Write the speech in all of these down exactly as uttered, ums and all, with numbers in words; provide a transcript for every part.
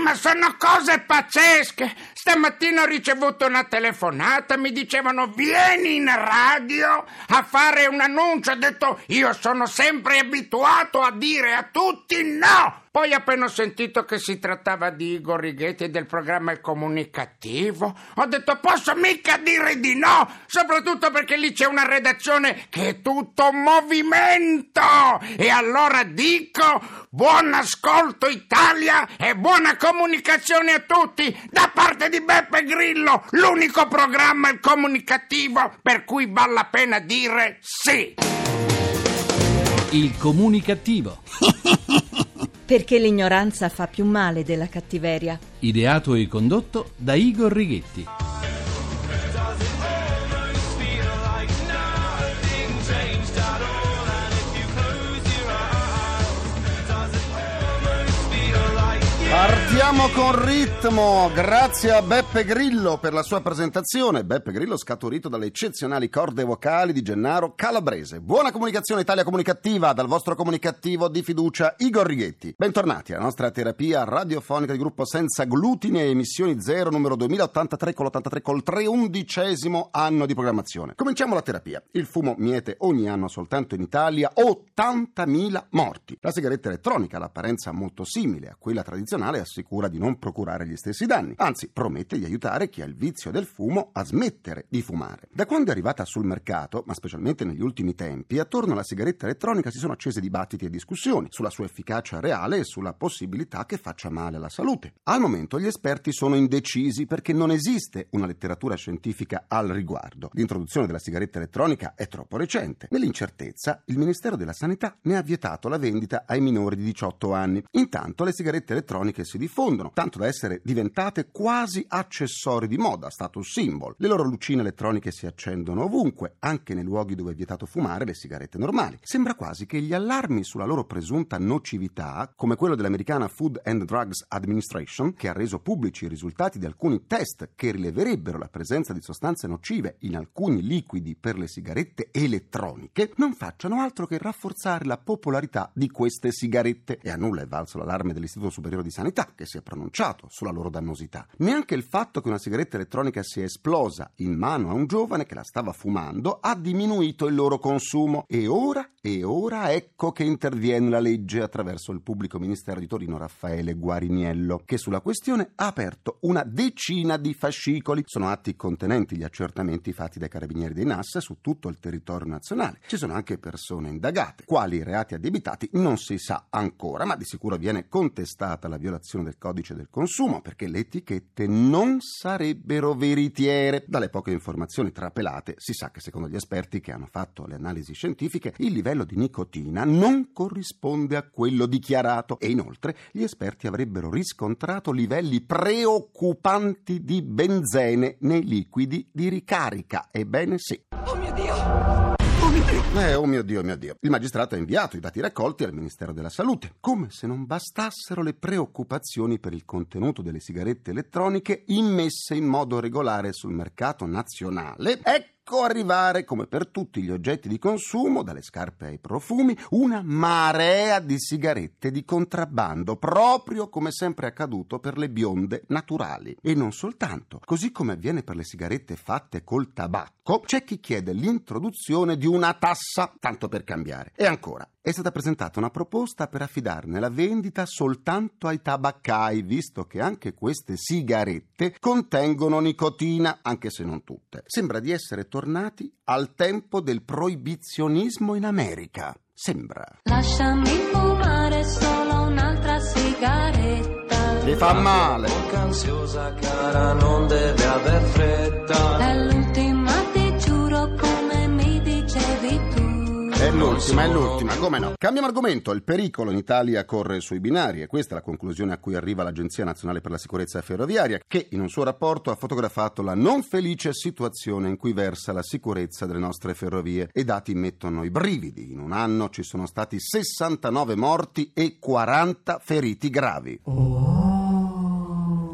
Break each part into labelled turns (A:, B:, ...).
A: ma sono cose pazzesche. Stamattina ho ricevuto una telefonata, mi dicevano vieni in radio a fare un annuncio. Ho detto io sono sempre abituato a dire a tutti no. Poi appena ho sentito che si trattava di Igor Righetti e del programma Il Comunicativo, ho detto posso mica dire di no, soprattutto perché lì c'è una redazione che è tutto movimento. E allora dico buon ascolto Italia e buona comunicazione a tutti da parte di Beppe Grillo, l'unico programma Il Comunicativo per cui vale la pena dire sì.
B: Il Comunicativo.
C: Perché l'ignoranza fa più male della cattiveria.
B: Ideato e condotto da Igor Righetti.
D: Partiamo con ritmo, grazie a Beppe Grillo per la sua presentazione. Beppe Grillo scaturito dalle eccezionali corde vocali di Gennaro Calabrese. Buona comunicazione Italia Comunicativa dal vostro comunicativo di fiducia Igor Righetti. Bentornati alla nostra terapia radiofonica di gruppo Senza Glutine, emissioni zero, numero duemilaottantatré con l'ottantatré col treundicesimo anno di programmazione. Cominciamo la terapia. Il fumo miete ogni anno soltanto in Italia ottantamila morti. La sigaretta elettronica, l'apparenza molto simile a quella tradizionale, assicura di non procurare gli stessi danni, anzi promette di aiutare chi ha il vizio del fumo a smettere di fumare. Da quando è arrivata sul mercato, ma specialmente negli ultimi tempi, attorno alla sigaretta elettronica si sono accesi dibattiti e discussioni sulla sua efficacia reale e sulla possibilità che faccia male alla salute. Al momento gli esperti sono indecisi perché non esiste una letteratura scientifica al riguardo. L'introduzione della sigaretta elettronica è troppo recente. Nell'incertezza, il Ministero della Sanità ne ha vietato la vendita ai minori di diciotto anni. Intanto le sigarette elettroniche che si diffondono, tanto da essere diventate quasi accessori di moda, status symbol. Le loro lucine elettroniche si accendono ovunque, anche nei luoghi dove è vietato fumare le sigarette normali. Sembra quasi che gli allarmi sulla loro presunta nocività, come quello dell'americana Food and Drugs Administration, che ha reso pubblici i risultati di alcuni test che rileverebbero la presenza di sostanze nocive in alcuni liquidi per le sigarette elettroniche, non facciano altro che rafforzare la popolarità di queste sigarette. E a nulla è valso l'allarme dell'Istituto Superiore di Sanità, che si è pronunciato sulla loro dannosità. Neanche il fatto che una sigaretta elettronica sia esplosa in mano a un giovane che la stava fumando ha diminuito il loro consumo. E ora, e ora ecco che interviene la legge attraverso il pubblico ministero di Torino Raffaele Guariniello, che sulla questione ha aperto una decina di fascicoli. Sono atti contenenti gli accertamenti fatti dai carabinieri dei N A S su tutto il territorio nazionale. Ci sono anche persone indagate. Quali reati addebitati non si sa ancora, ma di sicuro viene contestata la violazione del codice del consumo, perché le etichette non sarebbero veritiere. Dalle poche informazioni trapelate si sa che secondo gli esperti che hanno fatto le analisi scientifiche il livello di nicotina non corrisponde a quello dichiarato e inoltre gli esperti avrebbero riscontrato livelli preoccupanti di benzene nei liquidi di ricarica. Ebbene sì.
C: Oh mio Dio!
D: Eh, oh mio Dio, mio Dio. Il magistrato ha inviato i dati raccolti al Ministero della Salute, come se non bastassero le preoccupazioni per il contenuto delle sigarette elettroniche immesse in modo regolare sul mercato nazionale. Ecco arrivare, come per tutti gli oggetti di consumo, dalle scarpe ai profumi, una marea di sigarette di contrabbando, proprio come sempre accaduto per le bionde naturali. E non soltanto. Così come avviene per le sigarette fatte col tabacco, c'è chi chiede l'introduzione di una tassa, tanto per cambiare. E ancora, è stata presentata una proposta per affidarne la vendita soltanto ai tabaccai, visto che anche queste sigarette contengono nicotina, anche se non tutte. Sembra di essere tornati al tempo del proibizionismo in America. Sembra.
E: Lasciami fumare solo un'altra sigaretta.
D: Ti fa male.
F: Bocca ansiosa cara, non deve aver fretta.
E: È l'ultima, ti giuro, come mi dicevi tu.
D: È l'ultima, è l'ultima, come no? Cambiamo argomento. Il pericolo in Italia corre sui binari e questa è la conclusione a cui arriva l'Agenzia Nazionale per la Sicurezza Ferroviaria, che in un suo rapporto ha fotografato la non felice situazione in cui versa la sicurezza delle nostre ferrovie. E i dati mettono i brividi. In un anno ci sono stati sessantanove morti e quaranta feriti gravi.
C: Oh.
D: Eh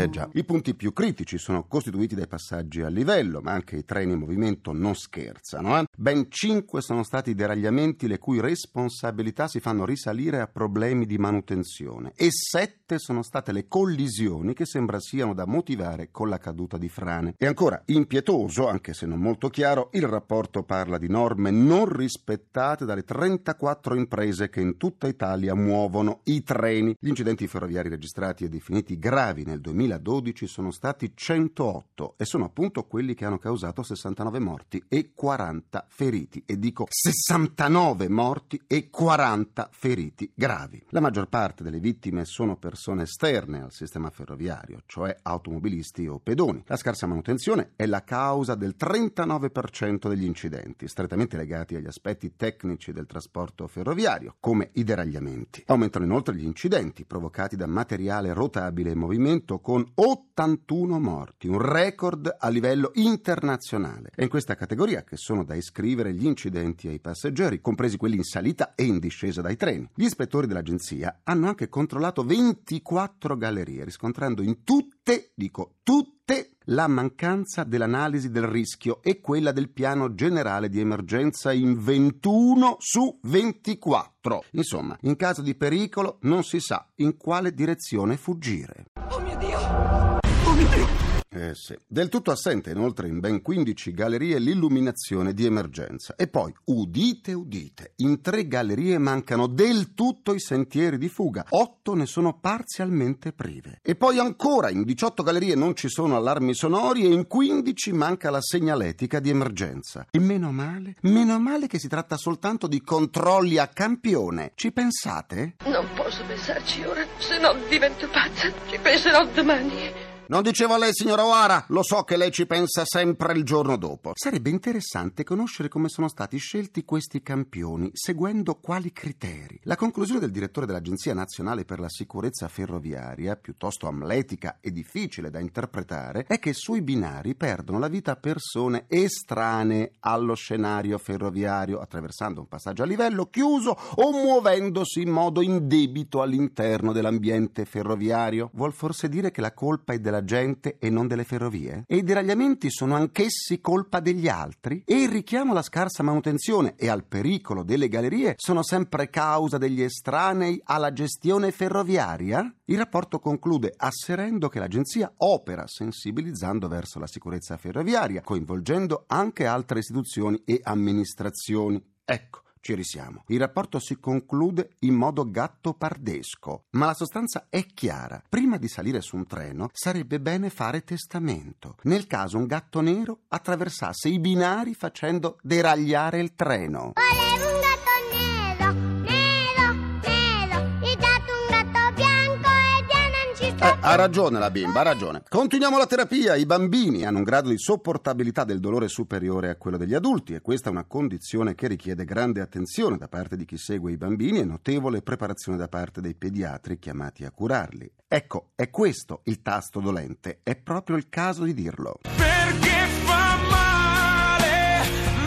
D: Eh già, i punti più critici sono costituiti dai passaggi a livello, ma anche i treni in movimento non scherzano. Eh? Ben cinque sono stati i deragliamenti le cui responsabilità si fanno risalire a problemi di manutenzione e sette sono state le collisioni che sembra siano da motivare con la caduta di frane. E ancora, impietoso, anche se non molto chiaro, il rapporto parla di norme non rispettate dalle trentaquattro imprese che in tutta Italia muovono i treni. Gli incidenti ferroviari registrati e definiti gravi nel duemiladodici sono stati centootto e sono appunto quelli che hanno causato sessantanove morti e quaranta feriti. E dico sessantanove morti e quaranta feriti gravi. La maggior parte delle vittime sono persone esterne al sistema ferroviario, cioè automobilisti o pedoni. La scarsa manutenzione è la causa del trentanove per cento degli incidenti, strettamente legati agli aspetti tecnici del trasporto ferroviario, come i deragliamenti. Aumentano inoltre gli incidenti provocati da materiale rotabile in movimento, con ottantuno morti, un record a livello internazionale. È in questa categoria che sono da iscrivere gli incidenti ai passeggeri, compresi quelli in salita e in discesa dai treni. Gli ispettori dell'agenzia hanno anche controllato ventiquattro gallerie, riscontrando in tutte, dico tutte, la mancanza dell'analisi del rischio e quella del piano generale di emergenza in ventuno su ventiquattro. Insomma, in caso di pericolo non si sa in quale direzione fuggire.
G: Oh mio Dio! Oh mio Dio!
D: Eh sì. Del tutto assente inoltre in ben quindici gallerie l'illuminazione di emergenza. E poi, udite udite, in tre gallerie mancano del tutto i sentieri di fuga, otto ne sono parzialmente prive. E poi ancora in diciotto gallerie non ci sono allarmi sonori e in quindici manca la segnaletica di emergenza. E meno male, meno male che si tratta soltanto di controlli a campione. Ci pensate?
H: Non posso pensarci ora, se no divento pazza. Ci penserò domani.
D: Non dicevo a lei, signora O'Hara, lo so che lei ci pensa sempre il giorno dopo. Sarebbe interessante conoscere come sono stati scelti questi campioni, seguendo quali criteri. La conclusione del direttore dell'Agenzia Nazionale per la Sicurezza Ferroviaria, piuttosto amletica e difficile da interpretare, è che sui binari perdono la vita persone estranee allo scenario ferroviario, attraversando un passaggio a livello chiuso o muovendosi in modo indebito all'interno dell'ambiente ferroviario. Vuol forse dire che la colpa è della gente e non delle ferrovie? E i deragliamenti sono anch'essi colpa degli altri? E il richiamo alla scarsa manutenzione e al pericolo delle gallerie sono sempre causa degli estranei alla gestione ferroviaria? Il rapporto conclude asserendo che l'agenzia opera sensibilizzando verso la sicurezza ferroviaria, coinvolgendo anche altre istituzioni e amministrazioni. Ecco, ci risiamo. Il rapporto si conclude in modo gattopardesco, ma la sostanza è chiara. Prima di salire su un treno sarebbe bene fare testamento, nel caso un gatto nero attraversasse i binari facendo deragliare il treno.
I: Volevo un gatto nero, nero, nero, gli ho dato un gatto bianco e via non ci sta.
D: Eh, ha ragione la bimba, ha ragione. Continuiamo la terapia. I bambini hanno un grado di sopportabilità del dolore superiore a quello degli adulti e questa è una condizione che richiede grande attenzione da parte di chi segue i bambini e notevole preparazione da parte dei pediatri chiamati a curarli. Ecco, è questo il tasto dolente, è proprio il caso di dirlo.
G: Perché fa male,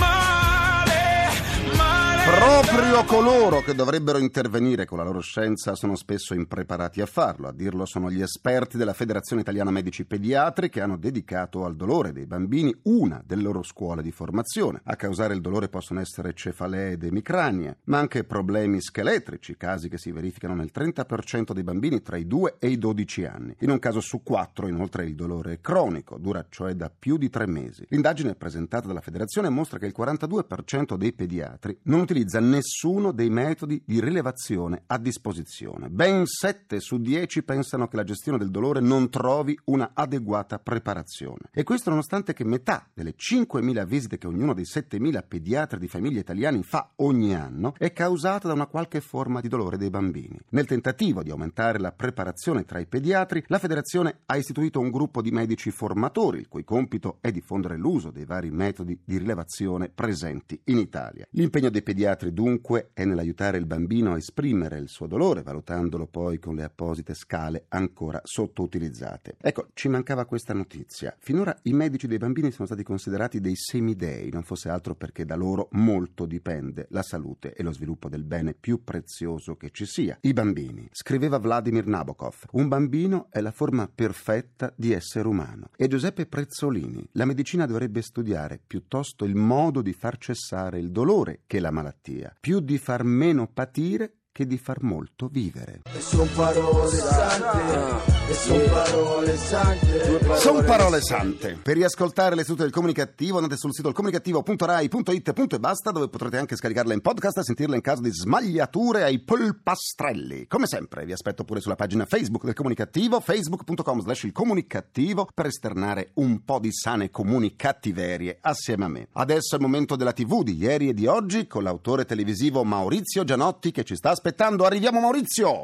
G: male, male.
D: Proprio coloro che dovrebbero intervenire con la loro scienza sono spesso impreparati a farlo. A dirlo sono gli esperti della Federazione Italiana Medici Pediatri che hanno dedicato al dolore dei bambini una delle loro scuole di formazione. A causare il dolore possono essere cefalee ed emicranie, ma anche problemi scheletrici, casi che si verificano nel trenta per cento dei bambini tra i due e i dodici anni. In un caso su quattro, inoltre, il dolore è cronico, dura cioè da più di tre mesi. L'indagine presentata dalla Federazione mostra che il quarantadue per cento dei pediatri non utilizza nessuno dei metodi di rilevazione a disposizione. Ben sette su dieci pensano che la gestione del dolore non trovi una adeguata preparazione. E questo nonostante che metà delle cinquemila visite che ognuno dei settemila pediatri di famiglie italiani fa ogni anno è causata da una qualche forma di dolore dei bambini. Nel tentativo di aumentare la preparazione tra i pediatri, la Federazione ha istituito un gruppo di medici formatori, il cui compito è diffondere l'uso dei vari metodi di rilevazione presenti in Italia. L'impegno dei pediatri pediatri dunque è nell'aiutare il bambino a esprimere il suo dolore, valutandolo poi con le apposite scale ancora sottoutilizzate. Ecco, ci mancava questa notizia. Finora i medici dei bambini sono stati considerati dei semidei, non fosse altro perché da loro molto dipende la salute e lo sviluppo del bene più prezioso che ci sia, i bambini. Scriveva Vladimir Nabokov, un bambino è la forma perfetta di essere umano. E Giuseppe Prezzolini, la medicina dovrebbe studiare piuttosto il modo di far cessare il dolore che la malattia, più di far meno patire che di far molto vivere.
F: E son parole sante, e son parole sante.
D: Son parole sante. Per riascoltare le sedute del Comunicativo andate sul sito comunicativo punto rai punto it punto e basta, dove potrete anche scaricarle in podcast e sentirle in caso di smagliature ai polpastrelli. Come sempre vi aspetto pure sulla pagina Facebook del Comunicativo, facebook punto com slash il comunicativo, per esternare un po' di sane comunicattiverie assieme a me. Adesso è il momento della tivù di ieri e di oggi con l'autore televisivo Maurizio Gianotti che ci sta aspettando. Arriviamo Maurizio!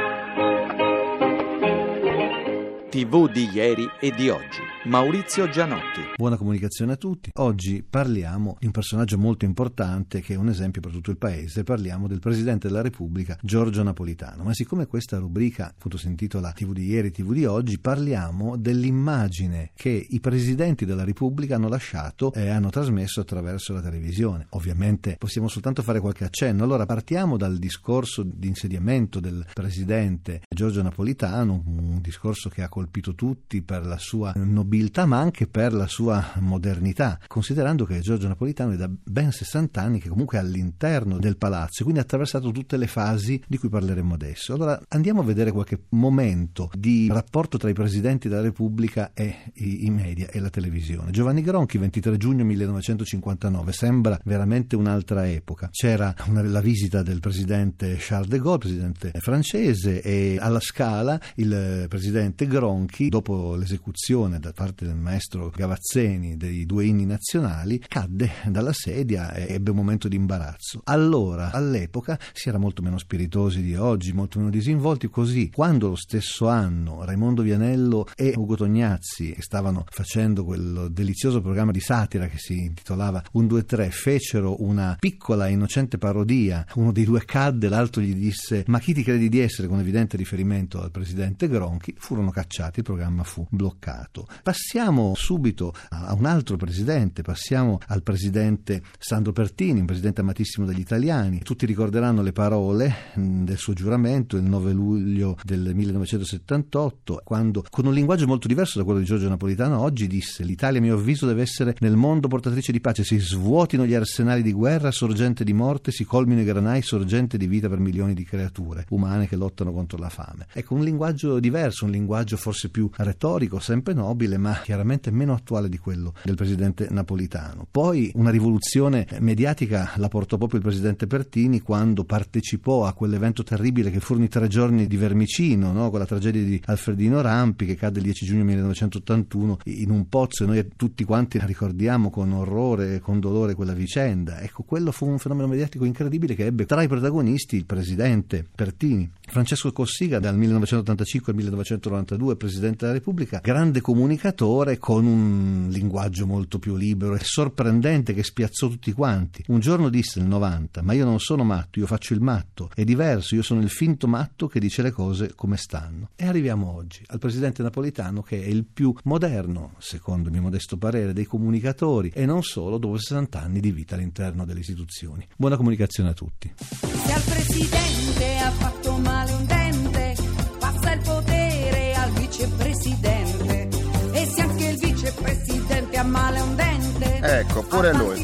J: tivù di ieri e di oggi. Maurizio Gianotti.
K: Buona comunicazione a tutti. Oggi parliamo di un personaggio molto importante che è un esempio per tutto il paese. Parliamo del Presidente della Repubblica Giorgio Napolitano. Ma siccome questa rubrica appunto si intitola tivù di ieri, tivù di oggi, parliamo dell'immagine che i Presidenti della Repubblica hanno lasciato e hanno trasmesso attraverso la televisione. Ovviamente possiamo soltanto fare qualche accenno. Allora partiamo dal discorso di insediamento del Presidente Giorgio Napolitano, un discorso che ha colpito tutti per la sua nobiltà ma anche per la sua modernità, considerando che Giorgio Napolitano è da ben sessanta anni che comunque è all'interno del palazzo e quindi ha attraversato tutte le fasi di cui parleremo adesso. Allora andiamo a vedere qualche momento di rapporto tra i Presidenti della Repubblica e i, i media e la televisione. Giovanni Gronchi, ventitré giugno millenovecentocinquantanove, sembra veramente un'altra epoca. C'era una, la visita del Presidente Charles de Gaulle, presidente francese, e alla Scala il Presidente Gronchi, dopo l'esecuzione da parte del maestro Gavazzeni dei due inni nazionali, cadde dalla sedia e ebbe un momento di imbarazzo. Allora, all'epoca, si era molto meno spiritosi di oggi, molto meno disinvolti, così quando lo stesso anno Raimondo Vianello e Ugo Tognazzi, che stavano facendo quel delizioso programma di satira che si intitolava un due tre, fecero una piccola innocente parodia, uno dei due cadde, l'altro gli disse "ma chi ti credi di essere?", con evidente riferimento al Presidente Gronchi, furono cacciati, il programma fu bloccato. Passiamo subito a un altro presidente, passiamo al presidente Sandro Pertini, un presidente amatissimo dagli italiani. Tutti ricorderanno le parole del suo giuramento il nove luglio del millenovecentosettantotto, quando con un linguaggio molto diverso da quello di Giorgio Napolitano oggi disse: "L'Italia a mio avviso deve essere nel mondo portatrice di pace, si svuotino gli arsenali di guerra, sorgente di morte, si colmino i granai, sorgente di vita per milioni di creature umane che lottano contro la fame". Ecco, un linguaggio diverso, un linguaggio forse più retorico, sempre nobile, ma chiaramente meno attuale di quello del presidente Napolitano. Poi una rivoluzione mediatica la portò proprio il presidente Pertini quando partecipò a quell'evento terribile che furono i tre giorni di Vermicino, no? Con la tragedia di Alfredino Rampi che cadde il dieci giugno millenovecentottantuno in un pozzo, e noi tutti quanti ricordiamo con orrore e con dolore quella vicenda. Ecco, quello fu un fenomeno mediatico incredibile che ebbe tra i protagonisti il presidente Pertini. Francesco Cossiga, dal millenovecentottantacinque al millenovecentonovantadue presidente della Repubblica, grande comunicatore con un linguaggio molto più libero e sorprendente che spiazzò tutti quanti. Un giorno disse nel novanta: "Ma io non sono matto, io faccio il matto, è diverso, io sono il finto matto che dice le cose come stanno". E arriviamo oggi al presidente Napolitano, che è il più moderno, secondo il mio modesto parere, dei comunicatori, e non solo, dopo sessanta anni di vita all'interno delle istituzioni. Buona comunicazione a tutti.
L: Se al presidente ha fatto male un dente, passa il potere al vicepresidente, e se anche il vicepresidente ha male un dente,
D: ecco, pure lui.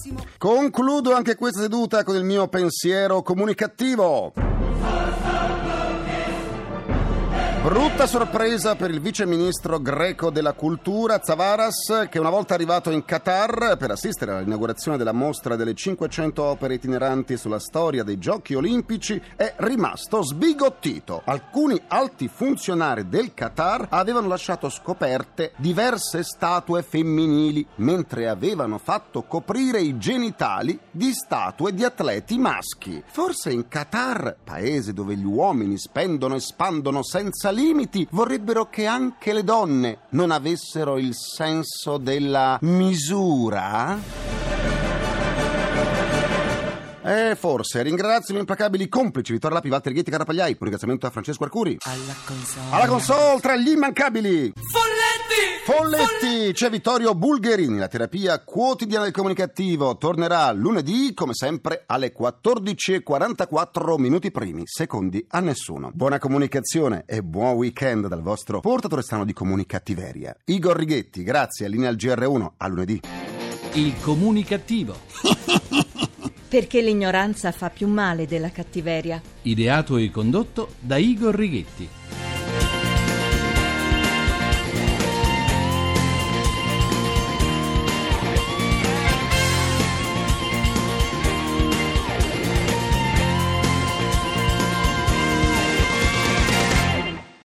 D: Concludo anche questa seduta con il mio pensiero comunicativo. Brutta sorpresa per il viceministro greco della cultura Tsavaras, che una volta arrivato in Qatar per assistere all'inaugurazione della mostra delle cinquecento opere itineranti sulla storia dei giochi olimpici, è rimasto sbigottito. Alcuni alti funzionari del Qatar avevano lasciato scoperte diverse statue femminili, mentre avevano fatto coprire i genitali di statue di atleti maschi. Forse in Qatar, paese dove gli uomini spendono e spandono senza limiti, vorrebbero che anche le donne non avessero il senso della misura? Eh, forse. Ringrazio i miei implacabili complici Vittorio Lapi, Walter Righetti, Carapagliai. Un ringraziamento a Francesco Arcuri.
F: Alla console.
D: Alla console, tra gli immancabili
G: Folletti!
D: Folletti! C'è Vittorio Bulgherini. La terapia quotidiana del comunicativo tornerà lunedì, come sempre, alle quattordici e quarantaquattro minuti primi, secondi a nessuno. Buona comunicazione e buon weekend dal vostro portatore strano di comunicattiveria, Igor Righetti. Grazie, linea al G R uno. A lunedì.
B: Il comunicativo.
C: Perché l'ignoranza fa più male della cattiveria.
B: Ideato e condotto da Igor Righetti.